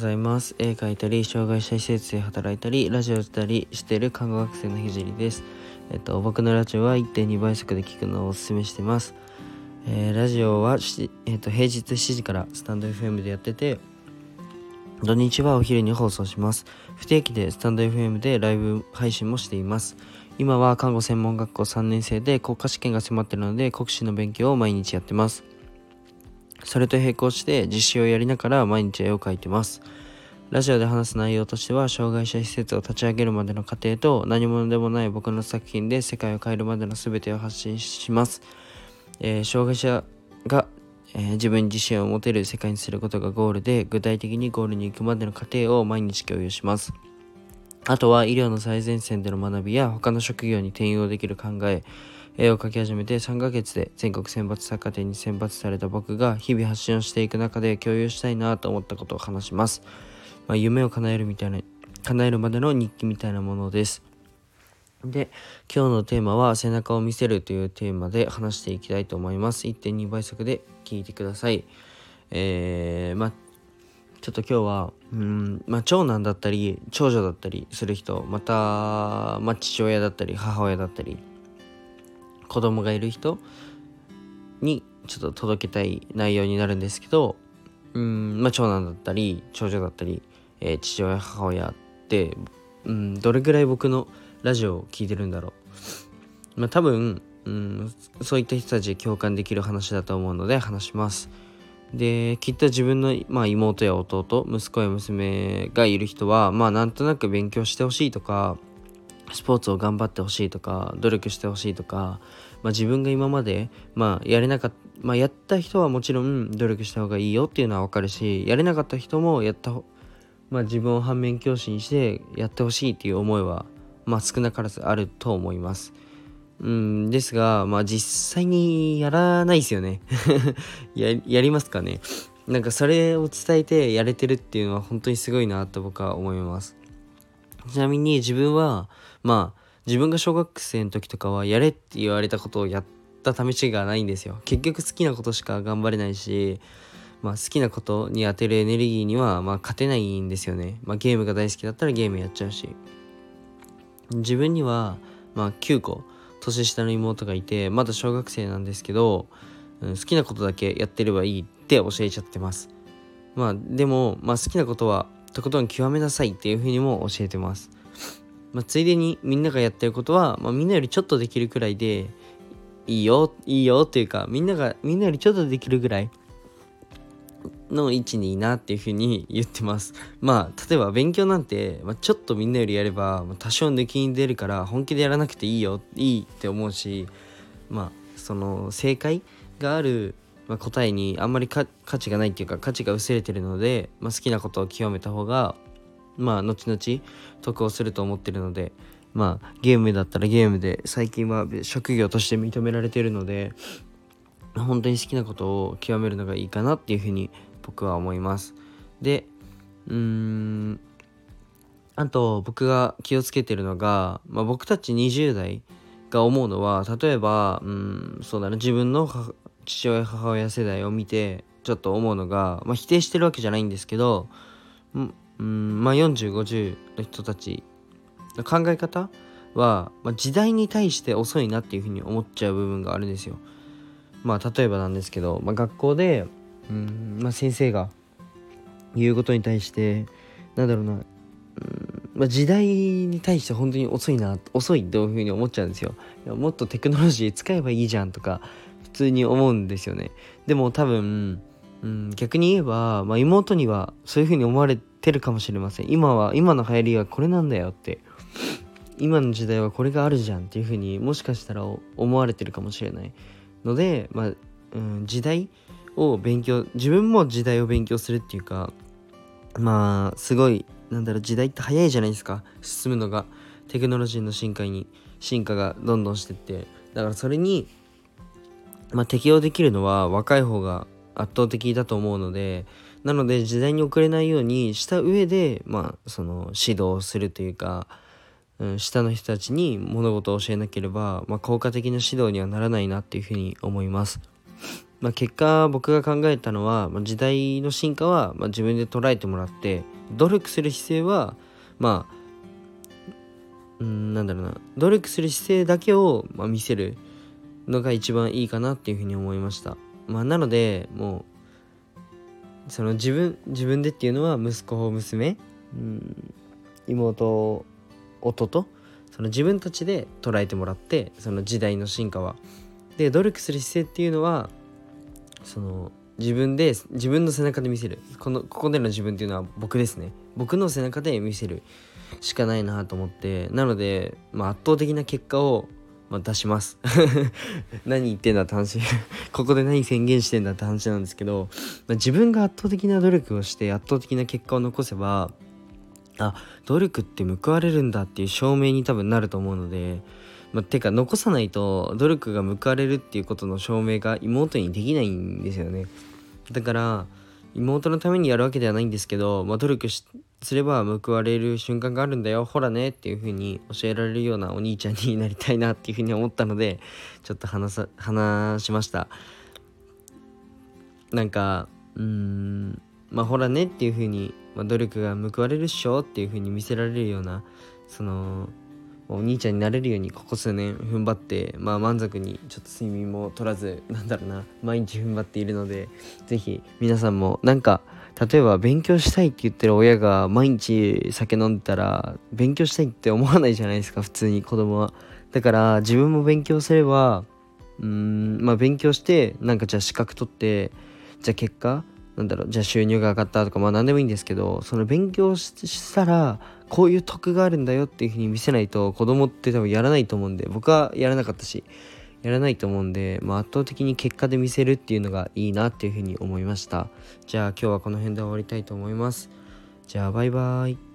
ざいます。絵描いたり、障害者施設で働いたり、ラジオをしたりしている看護学生のひじりです。僕のラジオは 1.2 倍速で聞くのをおすすめしてます。ラジオは平日7時からスタンド FM でやってて、土日はお昼に放送します。不定期でスタンド FM でライブ配信もしています。今は看護専門学校3年生で国家試験が迫っているので、国試の勉強を毎日やってます。それと並行して実習をやりながら毎日絵を描いてます。ラジオで話す内容としては、障害者施設を立ち上げるまでの過程と、何者でもない僕の作品で世界を変えるまでの全てを発信します。障害者が、自分自身を持てる世界にすることがゴールで、具体的にゴールに行くまでの過程を毎日共有します。あとは医療の最前線での学びや他の職業に転用できる考え、絵を描き始めて3ヶ月で全国選抜作家展に選抜された僕が日々発信をしていく中で共有したいなと思ったことを話します。夢を叶えるまでの日記みたいなものです。で、今日のテーマは背中を見せるというテーマで話していきたいと思います。 1.2 倍速で聞いてください。ちょっと今日は長男だったり長女だったりする人、また、父親だったり母親だったり子供がいる人にちょっと届けたい内容になるんですけど、長男だったり長女だったり、父親母親って、どれぐらい僕のラジオを聞いてるんだろう。多分、そういった人たち共感できる話だと思うので話します。で、きっと自分の、妹や弟、息子や娘がいる人は、なんとなく勉強してほしいとか、スポーツを頑張ってほしいとか、努力してほしいとか、自分が今まで、やれなかった、やった人はもちろん努力した方がいいよっていうのはわかるし、やれなかった人も自分を反面教師にしてやってほしいっていう思いは、少なからずあると思います。ですが、実際にやらないですよね。やりますかね。なんかそれを伝えてやれてるっていうのは本当にすごいなと僕は思います。ちなみに自分は自分が小学生の時とかはやれって言われたことをやった試しがないんですよ。結局好きなことしか頑張れないし、好きなことに当てるエネルギーには勝てないんですよね。ゲームが大好きだったらゲームやっちゃうし、自分には9個年下の妹がいて、まだ小学生なんですけど、好きなことだけやってればいいって教えちゃってます。でも、好きなことはとことん極めなさいっていうふうにも教えてます。ついでにみんながやってることは、みんなよりちょっとできるくらいでいいよっていうか、みんなよりちょっとできるぐらいの位置にいいなっていうふうに言ってます。例えば勉強なんて、ちょっとみんなよりやれば多少抜きに出るから本気でやらなくていいって思うし、その正解がある、答えにあんまり価値がないっていうか、価値が薄れてるので、好きなことを極めた方が後々得をすると思ってるので、ゲームだったらゲームで、最近は職業として認められているので、本当に好きなことを極めるのがいいかなっていうふうに僕は思います。で、あと僕が気をつけてるのが、僕たち20代が思うのは、例えば自分の父親母親世代を見てちょっと思うのが、否定してるわけじゃないんですけど、40、50の人たちの考え方は、時代に対して遅いなっていうふうに思っちゃう部分があるんですよ。例えばなんですけど、学校で先生が言うことに対して時代に対して本当に遅いっていうふうに思っちゃうんですよ。もっとテクノロジー使えばいいじゃんとか普通に思うんですよね。でも多分、逆に言えば、妹にはそういうふうに思われてるかもしれません。今の流行りはこれなんだよって、今の時代はこれがあるじゃんっていうふうにもしかしたら思われてるかもしれないので、自分も時代を勉強するっていうか、すごい時代って早いじゃないですか、進むのが。テクノロジーの進化がどんどんしてって、だからそれに適応できるのは若い方が圧倒的だと思うので、なので時代に遅れないようにした上でその指導するというか、下の人たちに物事を教えなければ、効果的な指導にはならないなっていうふうに思います。 結果僕が考えたのは、時代の進化は、自分で捉えてもらって、努力する姿勢は努力する姿勢だけを、見せるのが一番いいかなっていうふうに思いました。なのでもうその自分でっていうのは息子娘、妹弟、その自分たちで捉えてもらって、その時代の進化はで、努力する姿勢っていうのはその自分の背中で見せる、ここでの自分っていうのは僕ですね。僕の背中で見せるしかないなと思って、なので、圧倒的な結果を、出します何言ってんだって話ここで何宣言してんだって話なんですけど、自分が圧倒的な努力をして圧倒的な結果を残せば、努力って報われるんだっていう証明に多分なると思うので、てか残さないと努力が報われるっていうことの証明が妹にできないんですよね。だから妹のためにやるわけではないんですけど、努力すれば報われる瞬間があるんだよ、ほらねっていう風に教えられるようなお兄ちゃんになりたいなっていう風に思ったので、ちょっと話しました。ほらねっていう風に、努力が報われるっしょっていう風に見せられるような、そのお兄ちゃんになれるようにここ数年踏ん張って、満足にちょっと睡眠も取らず毎日踏ん張っているので、ぜひ皆さんも例えば勉強したいって言ってる親が毎日酒飲んでたら勉強したいって思わないじゃないですか、普通に子供は。だから自分も勉強すれば勉強してじゃあ資格取って、じゃあ結果じゃあ収入が上がったとか何でもいいんですけど、その勉強したらこういう得があるんだよっていう風に見せないと子供って多分やらないと思うんで、僕はやらなかったしやらないと思うんで、圧倒的に結果で見せるっていうのがいいなっていう風に思いました。じゃあ今日はこの辺で終わりたいと思います。じゃあバイバイ。